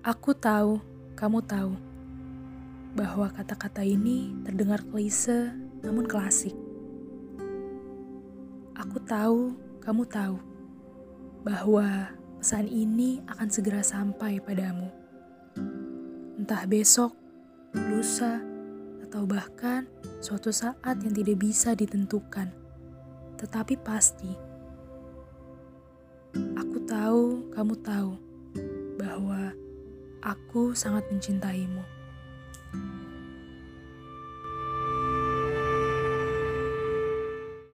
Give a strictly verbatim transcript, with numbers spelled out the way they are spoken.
Aku tahu, kamu tahu, bahwa kata-kata ini terdengar klise namun klasik. Aku tahu, kamu tahu, bahwa pesan ini akan segera sampai padamu. Entah besok, lusa, atau bahkan suatu saat yang tidak bisa ditentukan. Tetapi pasti, aku tahu, kamu tahu, bahwa aku sangat mencintaimu.